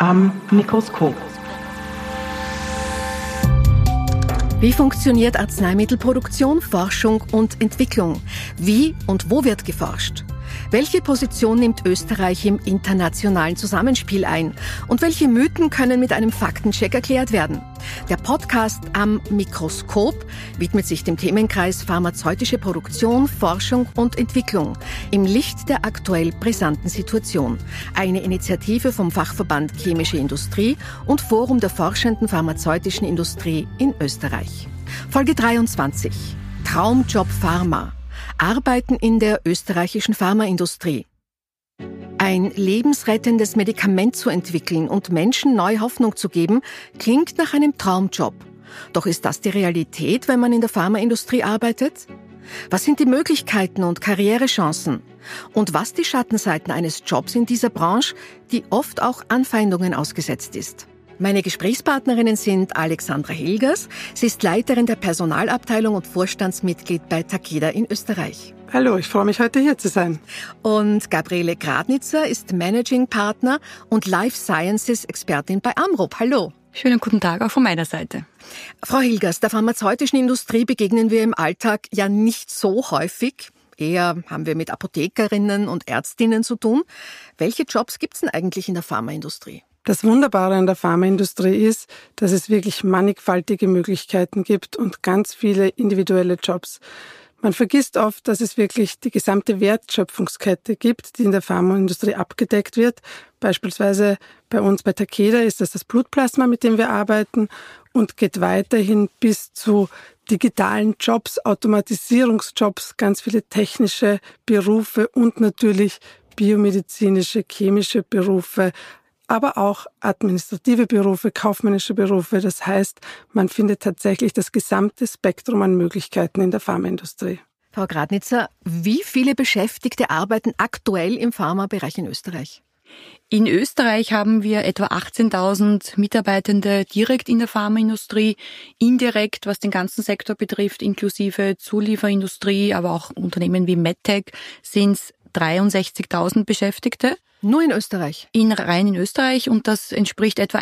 am Mikroskop. Wie funktioniert Arzneimittelproduktion, Forschung und Entwicklung? Wie und wo wird geforscht? Welche Position nimmt Österreich im internationalen Zusammenspiel ein? Und welche Mythen können mit einem Faktencheck erklärt werden? Der Podcast am Mikroskop widmet sich dem Themenkreis pharmazeutische Produktion, Forschung und Entwicklung im Licht der aktuell brisanten Situation. Eine Initiative vom Fachverband Chemische Industrie und Forum der forschenden pharmazeutischen Industrie in Österreich. Folge 23. Traumjob Pharma. Arbeiten in der österreichischen Pharmaindustrie. Ein lebensrettendes Medikament zu entwickeln und Menschen neue Hoffnung zu geben, klingt nach einem Traumjob. Doch ist das die Realität, wenn man in der Pharmaindustrie arbeitet? Was sind die Möglichkeiten und Karrierechancen? Und was die Schattenseiten eines Jobs in dieser Branche, die oft auch Anfeindungen ausgesetzt ist? Meine Gesprächspartnerinnen sind Alexandra Hilgers. Sie ist Leiterin der Personalabteilung und Vorstandsmitglied bei Takeda in Österreich. Hallo, ich freue mich, heute hier zu sein. Und Gabriele Gradnitzer ist Managing Partner und Life Sciences Expertin bei Amrob. Hallo. Schönen guten Tag auch von meiner Seite. Frau Hilgers, der pharmazeutischen Industrie begegnen wir im Alltag ja nicht so häufig. Eher haben wir mit Apothekerinnen und Ärztinnen zu tun. Welche Jobs gibt es denn eigentlich in der Pharmaindustrie? Das Wunderbare an der Pharmaindustrie ist, dass es wirklich mannigfaltige Möglichkeiten gibt und ganz viele individuelle Jobs. Man vergisst oft, dass es wirklich die gesamte Wertschöpfungskette gibt, die in der Pharmaindustrie abgedeckt wird. Beispielsweise bei uns bei Takeda ist das Blutplasma, mit dem wir arbeiten, und geht weiterhin bis zu digitalen Jobs, Automatisierungsjobs, ganz viele technische Berufe und natürlich biomedizinische, chemische Berufe, aber auch administrative Berufe, kaufmännische Berufe. Das heißt, man findet tatsächlich das gesamte Spektrum an Möglichkeiten in der Pharmaindustrie. Frau Gradnitzer, wie viele Beschäftigte arbeiten aktuell im Pharmabereich in Österreich? In Österreich haben wir etwa 18.000 Mitarbeitende direkt in der Pharmaindustrie, indirekt, was den ganzen Sektor betrifft, inklusive Zulieferindustrie, aber auch Unternehmen wie MedTech, sind es 63.000 Beschäftigte. Nur in Österreich? Rein in Österreich, und das entspricht etwa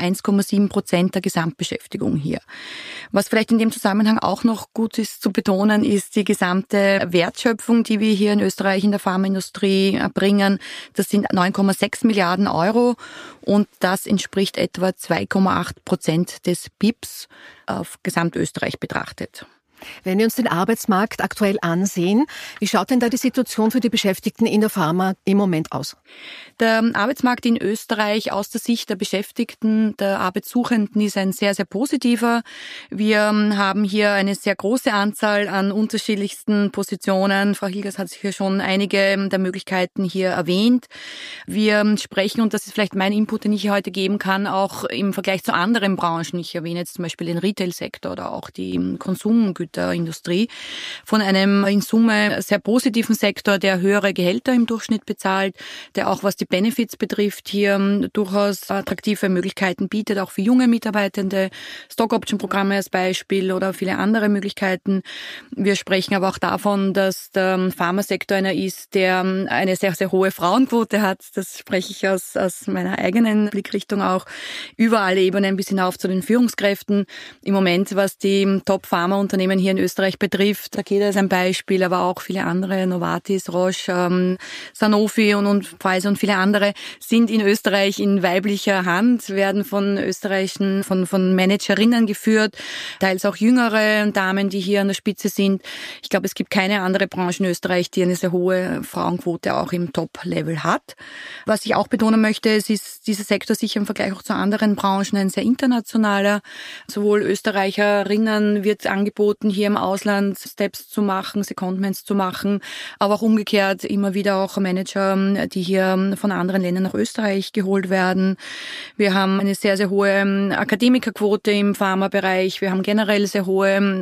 1,7% der Gesamtbeschäftigung hier. Was vielleicht in dem Zusammenhang auch noch gut ist zu betonen, ist die gesamte Wertschöpfung, die wir hier in Österreich in der Pharmaindustrie erbringen. Das sind 9,6 Milliarden Euro und das entspricht etwa 2,8% des BIPs auf Gesamtösterreich betrachtet. Wenn wir uns den Arbeitsmarkt aktuell ansehen, wie schaut denn da die Situation für die Beschäftigten in der Pharma im Moment aus? Der Arbeitsmarkt in Österreich aus der Sicht der Beschäftigten, der Arbeitssuchenden, ist ein sehr, sehr positiver. Wir haben hier eine sehr große Anzahl an unterschiedlichsten Positionen. Frau Hilgers hat hier schon einige der Möglichkeiten hier erwähnt. Wir sprechen, und das ist vielleicht mein Input, den ich hier heute geben kann, auch im Vergleich zu anderen Branchen. Ich erwähne jetzt zum Beispiel den Retail-Sektor oder auch die Konsumgüterindustrie, von einem in Summe sehr positiven Sektor, der höhere Gehälter im Durchschnitt bezahlt, der auch, was die Benefits betrifft, hier durchaus attraktive Möglichkeiten bietet, auch für junge Mitarbeitende, Stock-Option-Programme als Beispiel oder viele andere Möglichkeiten. Wir sprechen aber auch davon, dass der Pharmasektor einer ist, der eine sehr, sehr hohe Frauenquote hat. Das spreche ich aus meiner eigenen Blickrichtung auch, über alle Ebenen bis hinauf zu den Führungskräften. Im Moment, was die Top-Pharma-Unternehmen hier in Österreich betrifft, Takeda ist ein Beispiel, aber auch viele andere, Novartis, Roche, Sanofi und Pfizer und viele andere, sind in Österreich in weiblicher Hand, werden von von Managerinnen geführt, teils auch jüngere Damen, die hier an der Spitze sind. Ich glaube, es gibt keine andere Branche in Österreich, die eine sehr hohe Frauenquote auch im Top-Level hat. Was ich auch betonen möchte, es ist dieser Sektor sicher im Vergleich auch zu anderen Branchen ein sehr internationaler. Sowohl Österreicherinnen wird angeboten, hier im Ausland Steps zu machen, Secondments zu machen, aber auch umgekehrt immer wieder auch Manager, die hier von anderen Ländern nach Österreich geholt werden. Wir haben eine sehr, sehr hohe Akademikerquote im Pharmabereich. Wir haben generell sehr hohe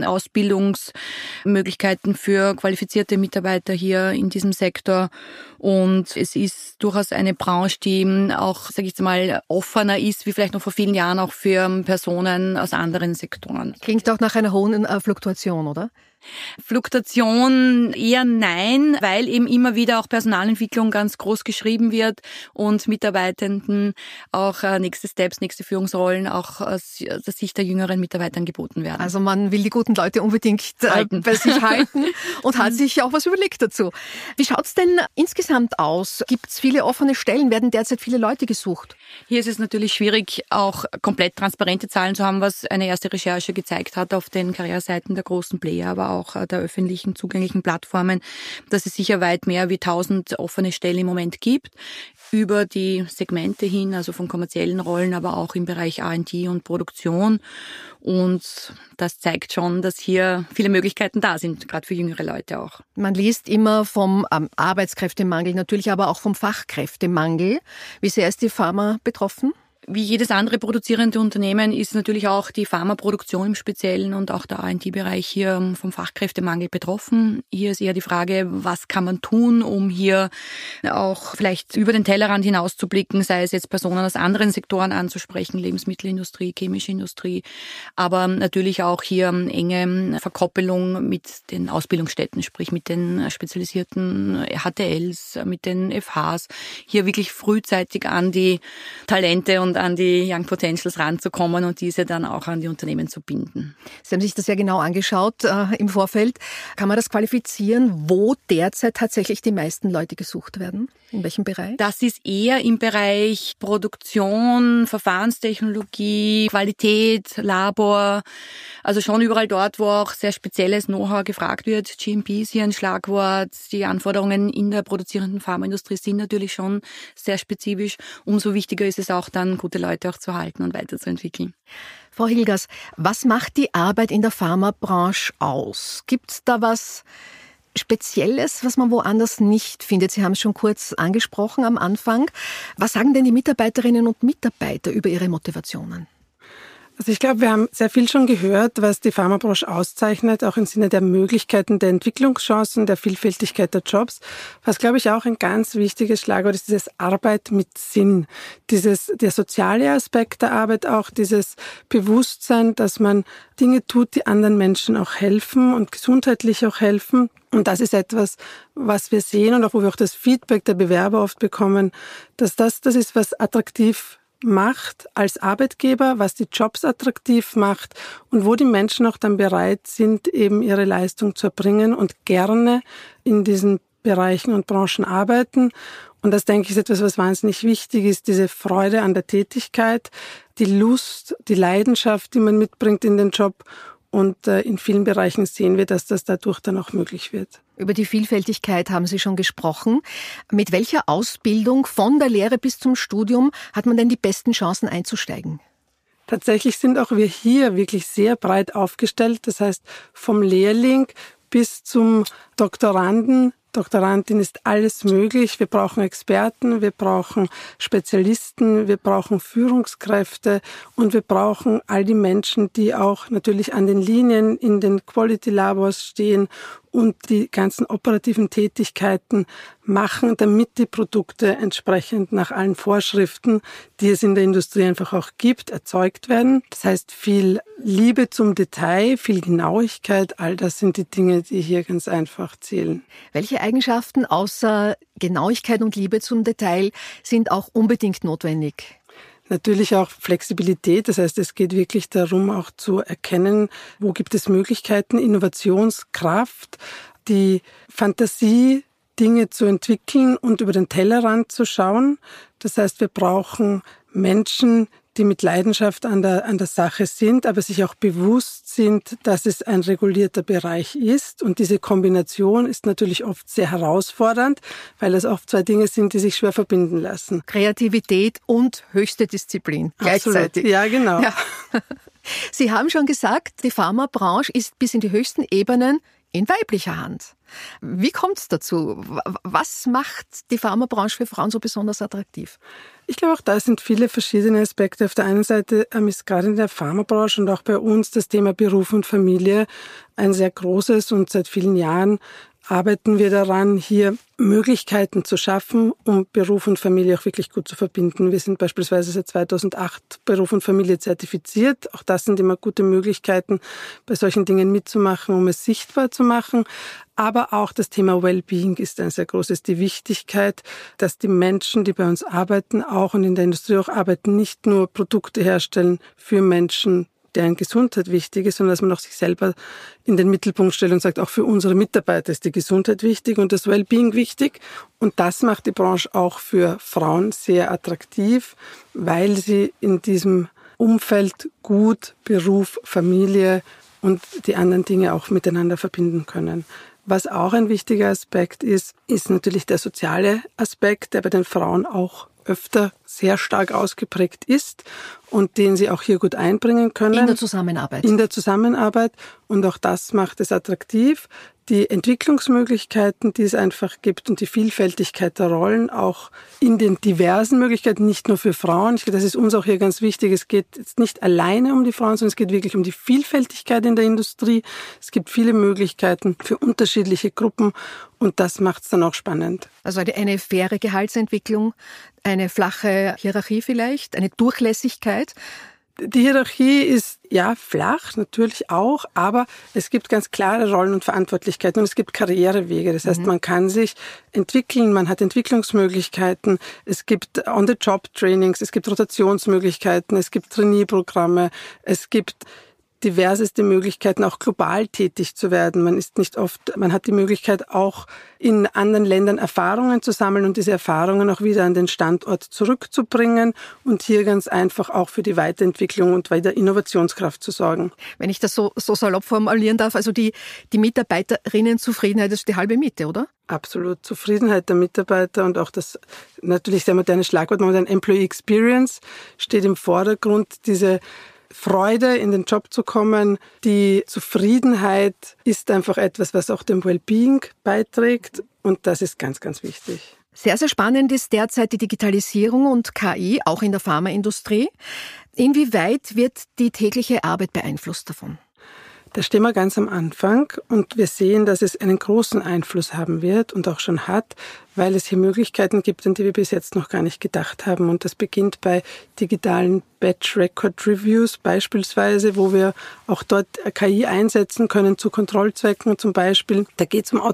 Ausbildungsmöglichkeiten für qualifizierte Mitarbeiter hier in diesem Sektor. Und es ist durchaus eine Branche, die auch, sage ich jetzt mal, offener ist, wie vielleicht noch vor vielen Jahren auch für Personen aus anderen Sektoren. Klingt auch nach einer hohen Fluktuation, oder? Fluktuation eher nein, weil eben immer wieder auch Personalentwicklung ganz groß geschrieben wird und Mitarbeitenden auch nächste Steps, nächste Führungsrollen auch aus der Sicht der jüngeren Mitarbeiter geboten werden. Also man will die guten Leute unbedingt bei sich halten und hat sich auch was überlegt dazu. Wie schaut's denn insgesamt aus? Gibt's viele offene Stellen? Werden derzeit viele Leute gesucht? Hier ist es natürlich schwierig, auch komplett transparente Zahlen zu haben, was eine erste Recherche gezeigt hat auf den Karriereseiten der großen Player, aber auch der öffentlichen zugänglichen Plattformen, dass es sicher weit mehr wie 1000 offene Stellen im Moment gibt, über die Segmente hin, also von kommerziellen Rollen, aber auch im Bereich R&D und Produktion. Und das zeigt schon, dass hier viele Möglichkeiten da sind, gerade für jüngere Leute auch. Man liest immer vom Arbeitskräftemangel, natürlich aber auch vom Fachkräftemangel. Wie sehr ist die Pharma betroffen? Wie jedes andere produzierende Unternehmen ist natürlich auch die Pharmaproduktion im Speziellen und auch der R&D-Bereich hier vom Fachkräftemangel betroffen. Hier ist eher die Frage, was kann man tun, um hier auch vielleicht über den Tellerrand hinaus zu blicken, sei es jetzt Personen aus anderen Sektoren anzusprechen, Lebensmittelindustrie, chemische Industrie, aber natürlich auch hier enge Verkoppelung mit den Ausbildungsstätten, sprich mit den spezialisierten HTLs, mit den FHs, hier wirklich frühzeitig an die Talente und an die Young Potentials ranzukommen und diese dann auch an die Unternehmen zu binden. Sie haben sich das ja genau angeschaut im Vorfeld. Kann man das qualifizieren, wo derzeit tatsächlich die meisten Leute gesucht werden? In welchem Bereich? Das ist eher im Bereich Produktion, Verfahrenstechnologie, Qualität, Labor. Also schon überall dort, wo auch sehr spezielles Know-how gefragt wird. GMP ist hier ein Schlagwort. Die Anforderungen in der produzierenden Pharmaindustrie sind natürlich schon sehr spezifisch. Umso wichtiger ist es auch dann, gute Leute auch zu halten und weiterzuentwickeln. Frau Hilgers, was macht die Arbeit in der Pharmabranche aus? Gibt es da was Spezielles, was man woanders nicht findet? Sie haben es schon kurz angesprochen am Anfang. Was sagen denn die Mitarbeiterinnen und Mitarbeiter über ihre Motivationen? Also ich glaube, wir haben sehr viel schon gehört, was die Pharmabranche auszeichnet, auch im Sinne der Möglichkeiten, der Entwicklungschancen, der Vielfältigkeit der Jobs. Was, glaube ich, auch ein ganz wichtiges Schlagwort ist, dieses Arbeit mit Sinn. Der soziale Aspekt der Arbeit, auch dieses Bewusstsein, dass man Dinge tut, die anderen Menschen auch helfen und gesundheitlich auch helfen. Und das ist etwas, was wir sehen und auch wo wir auch das Feedback der Bewerber oft bekommen, dass das ist, was attraktiv macht als Arbeitgeber, was die Jobs attraktiv macht und wo die Menschen auch dann bereit sind, eben ihre Leistung zu erbringen und gerne in diesen Bereichen und Branchen arbeiten. Und das, denke ich, ist etwas, was wahnsinnig wichtig ist, diese Freude an der Tätigkeit, die Lust, die Leidenschaft, die man mitbringt in den Job. Und in vielen Bereichen sehen wir, dass das dadurch dann auch möglich wird. Über die Vielfältigkeit haben Sie schon gesprochen. Mit welcher Ausbildung von der Lehre bis zum Studium hat man denn die besten Chancen einzusteigen? Tatsächlich sind auch wir hier wirklich sehr breit aufgestellt. Das heißt, vom Lehrling bis zum Doktoranden, Doktorandin ist alles möglich. Wir brauchen Experten, wir brauchen Spezialisten, wir brauchen Führungskräfte und wir brauchen all die Menschen, die auch natürlich an den Linien in den Quality Labors stehen und die ganzen operativen Tätigkeiten machen, damit die Produkte entsprechend nach allen Vorschriften, die es in der Industrie einfach auch gibt, erzeugt werden. Das heißt, viel Liebe zum Detail, viel Genauigkeit, all das sind die Dinge, die hier ganz einfach zählen. Welche Eigenschaften außer Genauigkeit und Liebe zum Detail sind auch unbedingt notwendig? Natürlich auch Flexibilität, das heißt, es geht wirklich darum, auch zu erkennen, wo gibt es Möglichkeiten, Innovationskraft, die Fantasie, Dinge zu entwickeln und über den Tellerrand zu schauen. Das heißt, wir brauchen Menschen, die mit Leidenschaft an der Sache sind, aber sich auch bewusst sind, dass es ein regulierter Bereich ist. Und diese Kombination ist natürlich oft sehr herausfordernd, weil es oft zwei Dinge sind, die sich schwer verbinden lassen. Kreativität und höchste Disziplin gleichzeitig. Absolut. Ja, genau. Ja. Sie haben schon gesagt, die Pharmabranche ist bis in die höchsten Ebenen in weiblicher Hand. Wie kommt es dazu? Was macht die Pharmabranche für Frauen so besonders attraktiv? Ich glaube, auch da sind viele verschiedene Aspekte. Auf der einen Seite ist gerade in der Pharmabranche und auch bei uns das Thema Beruf und Familie ein sehr großes und seit vielen Jahren arbeiten wir daran, hier Möglichkeiten zu schaffen, um Beruf und Familie auch wirklich gut zu verbinden. Wir sind beispielsweise seit 2008 Beruf und Familie zertifiziert. Auch das sind immer gute Möglichkeiten, bei solchen Dingen mitzumachen, um es sichtbar zu machen. Aber auch das Thema Wellbeing ist ein sehr großes. Die Wichtigkeit, dass die Menschen, die bei uns arbeiten, auch und in der Industrie auch arbeiten, nicht nur Produkte herstellen für Menschen, deren Gesundheit wichtig ist, sondern dass man auch sich selber in den Mittelpunkt stellt und sagt, auch für unsere Mitarbeiter ist die Gesundheit wichtig und das Wellbeing wichtig. Und das macht die Branche auch für Frauen sehr attraktiv, weil sie in diesem Umfeld gut Beruf, Familie und die anderen Dinge auch miteinander verbinden können. Was auch ein wichtiger Aspekt ist natürlich der soziale Aspekt, der bei den Frauen auch öfter sehr stark ausgeprägt ist und den sie auch hier gut einbringen können. In der Zusammenarbeit. In der Zusammenarbeit. Und auch das macht es attraktiv. Die Entwicklungsmöglichkeiten, die es einfach gibt und die Vielfältigkeit der Rollen, auch in den diversen Möglichkeiten, nicht nur für Frauen. Das ist uns auch hier ganz wichtig. Es geht jetzt nicht alleine um die Frauen, sondern es geht wirklich um die Vielfältigkeit in der Industrie. Es gibt viele Möglichkeiten für unterschiedliche Gruppen und das macht es dann auch spannend. Also eine faire Gehaltsentwicklung, eine flache Hierarchie vielleicht, eine Durchlässigkeit. Die Hierarchie ist ja flach, natürlich auch, aber es gibt ganz klare Rollen und Verantwortlichkeiten und es gibt Karrierewege. Das heißt, man kann sich entwickeln, man hat Entwicklungsmöglichkeiten, es gibt On-the-Job-Trainings, es gibt Rotationsmöglichkeiten, es gibt Trainee-Programme, es gibt diverseste Möglichkeiten, auch global tätig zu werden. Man hat die Möglichkeit, auch in anderen Ländern Erfahrungen zu sammeln und diese Erfahrungen auch wieder an den Standort zurückzubringen und hier ganz einfach auch für die Weiterentwicklung und weiter Innovationskraft zu sorgen. Wenn ich das so salopp formulieren darf, also die Mitarbeiterinnenzufriedenheit ist die halbe Miete, oder? Absolut. Zufriedenheit der Mitarbeiter und auch das natürlich sehr moderne Schlagwort, momentan Employee Experience steht im Vordergrund. Diese Freude, in den Job zu kommen, die Zufriedenheit ist einfach etwas, was auch dem Wellbeing beiträgt und das ist ganz, ganz wichtig. Sehr, sehr spannend ist derzeit die Digitalisierung und KI, auch in der Pharmaindustrie. Inwieweit wird die tägliche Arbeit beeinflusst davon? Da stehen wir ganz am Anfang und wir sehen, dass es einen großen Einfluss haben wird und auch schon hat, weil es hier Möglichkeiten gibt, an die wir bis jetzt noch gar nicht gedacht haben. Und das beginnt bei digitalen Batch-Record-Reviews beispielsweise, wo wir auch dort KI einsetzen können zu Kontrollzwecken zum Beispiel. Da geht es um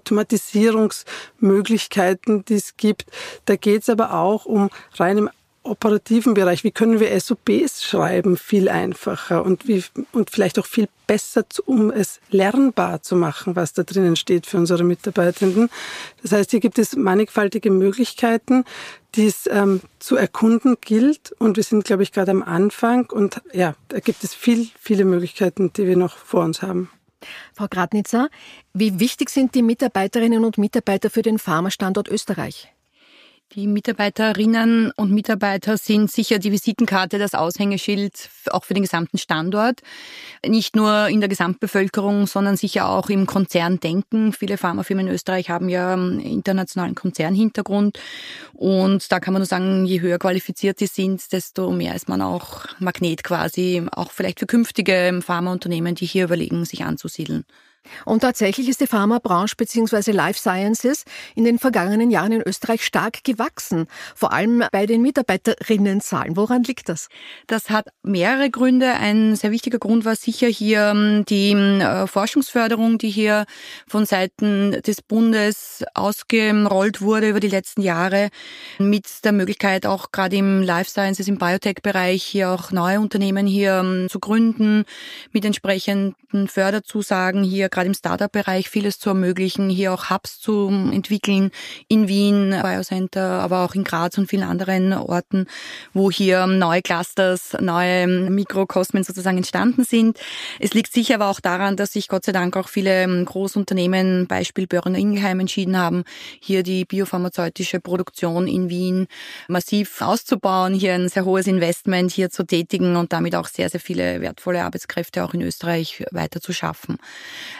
Automatisierungsmöglichkeiten, die es gibt. Da geht es aber auch um rein im operativen Bereich, wie können wir SOPs schreiben, viel einfacher und vielleicht auch viel besser, um es lernbar zu machen, was da drinnen steht für unsere Mitarbeitenden. Das heißt, hier gibt es mannigfaltige Möglichkeiten, die es zu erkunden gilt und wir sind, glaube ich, gerade am Anfang und ja, da gibt es viele Möglichkeiten, die wir noch vor uns haben. Frau Gradnitzer, wie wichtig sind die Mitarbeiterinnen und Mitarbeiter für den Pharmastandort Österreich? Die Mitarbeiterinnen und Mitarbeiter sind sicher die Visitenkarte, das Aushängeschild auch für den gesamten Standort. Nicht nur in der Gesamtbevölkerung, sondern sicher auch im Konzerndenken. Viele Pharmafirmen in Österreich haben ja internationalen Konzernhintergrund. Und da kann man nur sagen, je höher qualifiziert die sind, desto mehr ist man auch Magnet quasi, auch vielleicht für künftige Pharmaunternehmen, die hier überlegen, sich anzusiedeln. Und tatsächlich ist die Pharmabranche bzw. Life Sciences in den vergangenen Jahren in Österreich stark gewachsen, vor allem bei den Mitarbeiterinnenzahlen. Woran liegt das? Das hat mehrere Gründe. Ein sehr wichtiger Grund war sicher hier die Forschungsförderung, die hier von Seiten des Bundes ausgerollt wurde über die letzten Jahre, mit der Möglichkeit auch gerade im Life Sciences, im Biotech-Bereich hier auch neue Unternehmen hier zu gründen, mit entsprechenden Förderzusagen hier gerade im Startup-Bereich vieles zu ermöglichen, hier auch Hubs zu entwickeln in Wien, Biocenter, aber auch in Graz und vielen anderen Orten, wo hier neue Clusters, neue Mikrokosmen sozusagen entstanden sind. Es liegt sicher aber auch daran, dass sich Gott sei Dank auch viele Großunternehmen, Beispiel Boehringer Ingelheim, entschieden haben, hier die biopharmazeutische Produktion in Wien massiv auszubauen, hier ein sehr hohes Investment hier zu tätigen und damit auch sehr, sehr viele wertvolle Arbeitskräfte auch in Österreich weiter zu schaffen.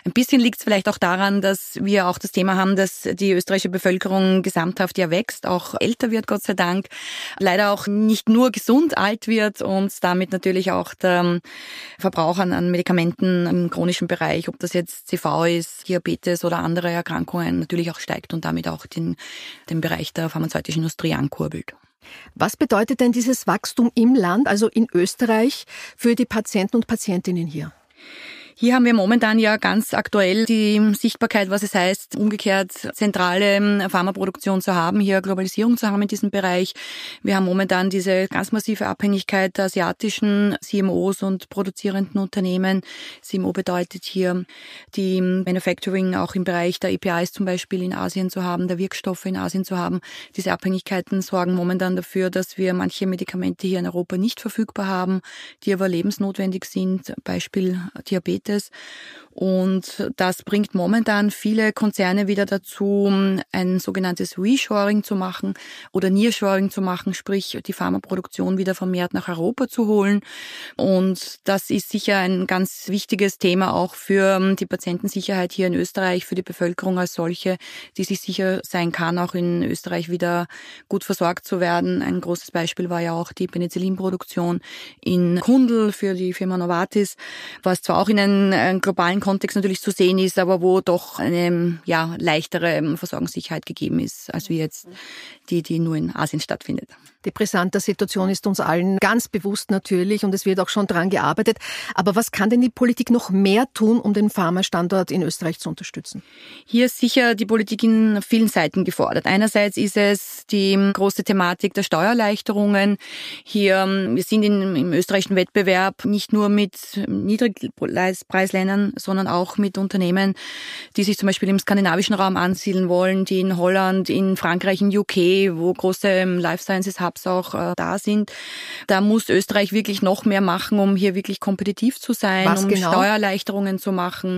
Ein bisschen liegt es vielleicht auch daran, dass wir auch das Thema haben, dass die österreichische Bevölkerung gesamthaft ja wächst, auch älter wird, Gott sei Dank, leider auch nicht nur gesund alt wird und damit natürlich auch der Verbrauch an Medikamenten im chronischen Bereich, ob das jetzt CV ist, Diabetes oder andere Erkrankungen, natürlich auch steigt und damit auch den Bereich der pharmazeutischen Industrie ankurbelt. Was bedeutet denn dieses Wachstum im Land, also in Österreich, für die Patienten und Patientinnen hier? Hier haben wir momentan ja ganz aktuell die Sichtbarkeit, was es heißt, umgekehrt zentrale Pharmaproduktion zu haben, hier Globalisierung zu haben in diesem Bereich. Wir haben momentan diese ganz massive Abhängigkeit der asiatischen CMOs und produzierenden Unternehmen. CMO bedeutet hier die Manufacturing auch im Bereich der APIs zum Beispiel in Asien zu haben, der Wirkstoffe in Asien zu haben. Diese Abhängigkeiten sorgen momentan dafür, dass wir manche Medikamente hier in Europa nicht verfügbar haben, die aber lebensnotwendig sind, Beispiel Diabetes. Und das bringt momentan viele Konzerne wieder dazu, ein sogenanntes Reshoring zu machen oder Nearshoring zu machen, sprich die Pharmaproduktion wieder vermehrt nach Europa zu holen. Und das ist sicher ein ganz wichtiges Thema auch für die Patientensicherheit hier in Österreich, für die Bevölkerung als solche, die sich sicher sein kann, auch in Österreich wieder gut versorgt zu werden. Ein großes Beispiel war ja auch die Penicillinproduktion in Kundl für die Firma Novartis, was zwar auch in einem globalen Kontext natürlich zu sehen ist, aber wo doch eine leichtere Versorgungssicherheit gegeben ist, als wie jetzt die nur in Asien stattfindet. Die brisante Situation ist uns allen ganz bewusst natürlich und es wird auch schon dran gearbeitet. Aber was kann denn die Politik noch mehr tun, um den Pharmastandort in Österreich zu unterstützen? Hier ist sicher die Politik in vielen Seiten gefordert. Einerseits ist es die große Thematik der Steuererleichterungen. Wir sind im österreichischen Wettbewerb nicht nur mit Niedrigpreisländern, sondern auch mit Unternehmen, die sich zum Beispiel im skandinavischen Raum ansiedeln wollen, die in Holland, in Frankreich, in UK, wo große Life Sciences Hubs auch da sind. Da muss Österreich wirklich noch mehr machen, um hier wirklich kompetitiv zu sein, Steuererleichterungen zu machen,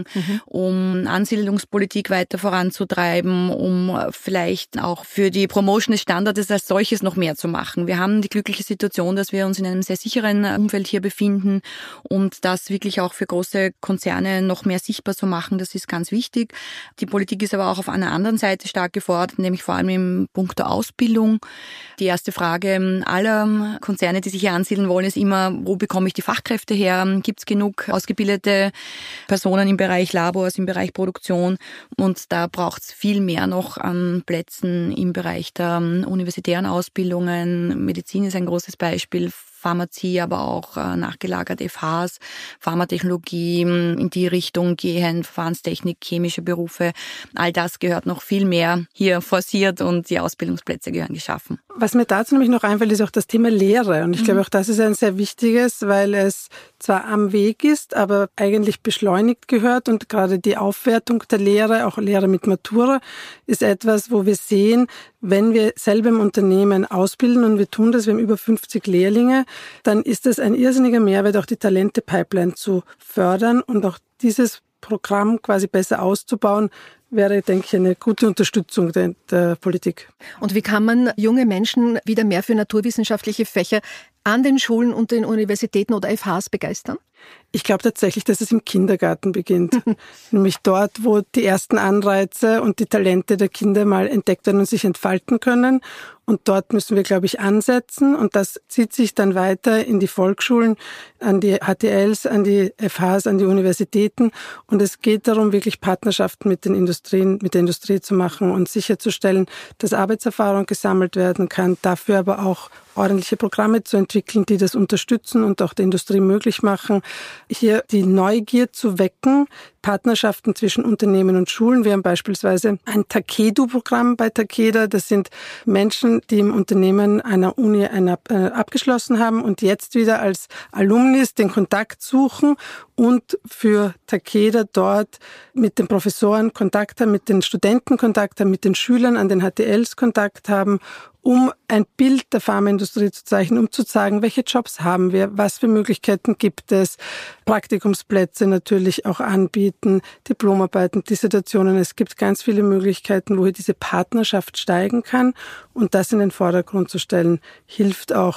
um Ansiedlungspolitik weiter voranzutreiben, um vielleicht auch für die Promotion des Standortes als solches noch mehr zu machen. Wir haben die glückliche Situation, dass wir uns in einem sehr sicheren Umfeld hier befinden und das wirklich auch für große Konzerne noch mehr sichtbar zu machen, das ist ganz wichtig. Die Politik ist aber auch auf einer anderen Seite stark gefordert, nämlich vor allem im Punkt der Ausbildung. Die erste Frage aller Konzerne, die sich hier ansiedeln wollen, ist immer, wo bekomme ich die Fachkräfte her? Gibt es genug ausgebildete Personen im Bereich Labors, im Bereich Produktion? Und da braucht es viel mehr noch an Plätzen im Bereich der universitären Ausbildungen. Medizin ist ein großes Beispiel. Pharmazie, aber auch nachgelagert FHs, Pharmatechnologie in die Richtung gehen, Verfahrenstechnik, chemische Berufe. All das gehört noch viel mehr hier forciert und die Ausbildungsplätze gehören geschaffen. Was mir dazu nämlich noch einfällt, ist auch das Thema Lehre. Und ich glaube, auch das ist ein sehr wichtiges, weil es zwar am Weg ist, aber eigentlich beschleunigt gehört. Und gerade die Aufwertung der Lehre, auch Lehre mit Matura, ist etwas, wo wir sehen, wenn wir selber im Unternehmen ausbilden und wir tun das, wir haben über 50 Lehrlinge, dann ist es ein irrsinniger Mehrwert, auch die Talente-Pipeline zu fördern und auch dieses Programm quasi besser auszubauen, wäre, denke ich, eine gute Unterstützung der Politik. Und wie kann man junge Menschen wieder mehr für naturwissenschaftliche Fächer an den Schulen und den Universitäten oder FHs begeistern? Ich glaube tatsächlich, dass es im Kindergarten beginnt. Nämlich dort, wo die ersten Anreize und die Talente der Kinder mal entdeckt werden und sich entfalten können. Und dort müssen wir, glaube ich, ansetzen. Und das zieht sich dann weiter in die Volksschulen, an die HTLs, an die FHs, an die Universitäten. Und es geht darum, wirklich Partnerschaften mit der Industrie zu machen und sicherzustellen, dass Arbeitserfahrung gesammelt werden kann, dafür aber auch ordentliche Programme zu entwickeln, die das unterstützen und auch der Industrie möglich machen, hier die Neugier zu wecken, Partnerschaften zwischen Unternehmen und Schulen. Wir haben beispielsweise ein Takedo-Programm bei Takeda. Das sind Menschen, die im Unternehmen einer Uni abgeschlossen haben und jetzt wieder als Alumnis den Kontakt suchen und für Takeda dort mit den Professoren Kontakt haben, mit den Studenten Kontakt haben, mit den Schülern an den HTLs Kontakt haben, um ein Bild der Pharmaindustrie zu zeichnen, um zu sagen, welche Jobs haben wir, was für Möglichkeiten gibt es, Praktikumsplätze natürlich auch anbieten, Diplomarbeiten, Dissertationen. Es gibt ganz viele Möglichkeiten, wo hier diese Partnerschaft steigen kann und das in den Vordergrund zu stellen, hilft auch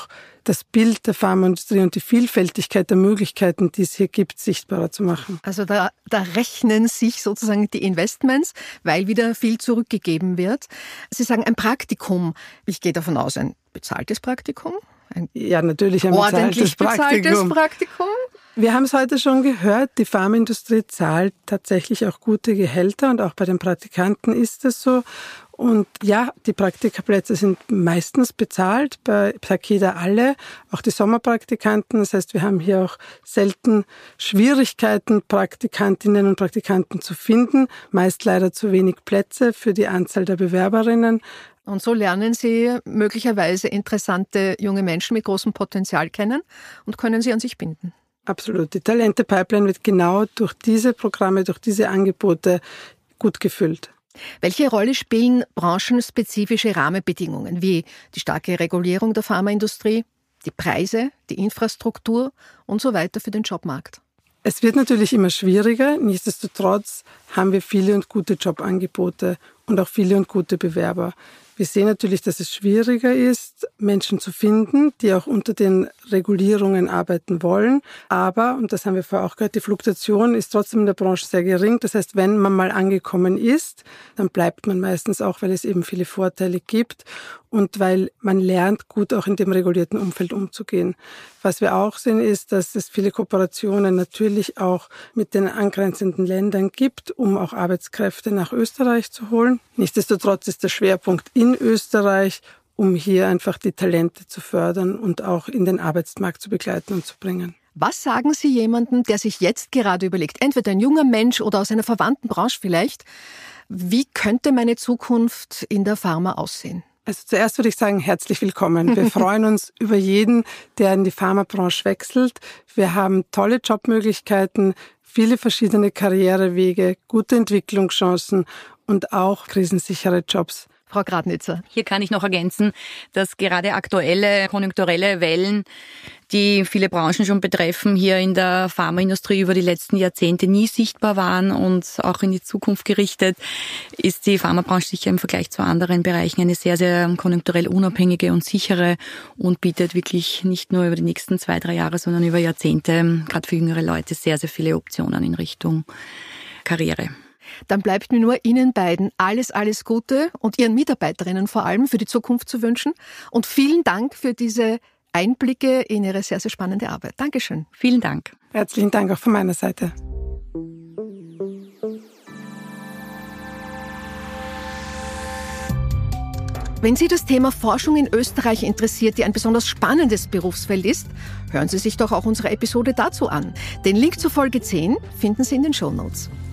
das Bild der Pharmaindustrie und die Vielfältigkeit der Möglichkeiten, die es hier gibt, sichtbarer zu machen. Also da rechnen sich sozusagen die Investments, weil wieder viel zurückgegeben wird. Sie sagen ein Praktikum. Ich gehe davon aus, ein bezahltes Praktikum? Ja, natürlich ein ordentlich bezahltes Praktikum. Wir haben es heute schon gehört, die Pharmaindustrie zahlt tatsächlich auch gute Gehälter und auch bei den Praktikanten ist es so. Und ja, die Praktikaplätze sind meistens bezahlt, bei Takeda alle, auch die Sommerpraktikanten. Das heißt, wir haben hier auch selten Schwierigkeiten, Praktikantinnen und Praktikanten zu finden, meist leider zu wenig Plätze für die Anzahl der Bewerberinnen. Und so lernen Sie möglicherweise interessante junge Menschen mit großem Potenzial kennen und können sie an sich binden. Absolut. Die Talente-Pipeline wird genau durch diese Programme, durch diese Angebote gut gefüllt. Welche Rolle spielen branchenspezifische Rahmenbedingungen wie die starke Regulierung der Pharmaindustrie, die Preise, die Infrastruktur und so weiter für den Jobmarkt? Es wird natürlich immer schwieriger. Nichtsdestotrotz haben wir viele und gute Jobangebote und auch viele und gute Bewerber. Wir sehen natürlich, dass es schwieriger ist, Menschen zu finden, die auch unter den Regulierungen arbeiten wollen. Aber, und das haben wir vorher auch gehört, die Fluktuation ist trotzdem in der Branche sehr gering. Das heißt, wenn man mal angekommen ist, dann bleibt man meistens auch, weil es eben viele Vorteile gibt und weil man lernt, gut auch in dem regulierten Umfeld umzugehen. Was wir auch sehen, ist, dass es viele Kooperationen natürlich auch mit den angrenzenden Ländern gibt, um auch Arbeitskräfte nach Österreich zu holen. Nichtsdestotrotz ist der Schwerpunkt in Österreich, um hier einfach die Talente zu fördern und auch in den Arbeitsmarkt zu begleiten und zu bringen. Was sagen Sie jemandem, der sich jetzt gerade überlegt, entweder ein junger Mensch oder aus einer verwandten Branche vielleicht, wie könnte meine Zukunft in der Pharma aussehen? Also zuerst würde ich sagen, herzlich willkommen. Wir freuen uns über jeden, der in die Pharmabranche wechselt. Wir haben tolle Jobmöglichkeiten, viele verschiedene Karrierewege, gute Entwicklungschancen und auch krisensichere Jobs. Frau Gradnitzer. Hier kann ich noch ergänzen, dass gerade aktuelle konjunkturelle Wellen, die viele Branchen schon betreffen, hier in der Pharmaindustrie über die letzten Jahrzehnte nie sichtbar waren und auch in die Zukunft gerichtet, ist die Pharmabranche sicher im Vergleich zu anderen Bereichen eine sehr, sehr konjunkturell unabhängige und sichere und bietet wirklich nicht nur über die nächsten 2-3 Jahre, sondern über Jahrzehnte, gerade für jüngere Leute, sehr, sehr viele Optionen in Richtung Karriere. Dann bleibt mir nur Ihnen beiden alles Gute und Ihren Mitarbeiterinnen vor allem für die Zukunft zu wünschen. Und vielen Dank für diese Einblicke in Ihre sehr, sehr spannende Arbeit. Dankeschön. Vielen Dank. Herzlichen Dank auch von meiner Seite. Wenn Sie das Thema Forschung in Österreich interessiert, die ein besonders spannendes Berufsfeld ist, hören Sie sich doch auch unsere Episode dazu an. Den Link zur Folge 10 finden Sie in den Shownotes.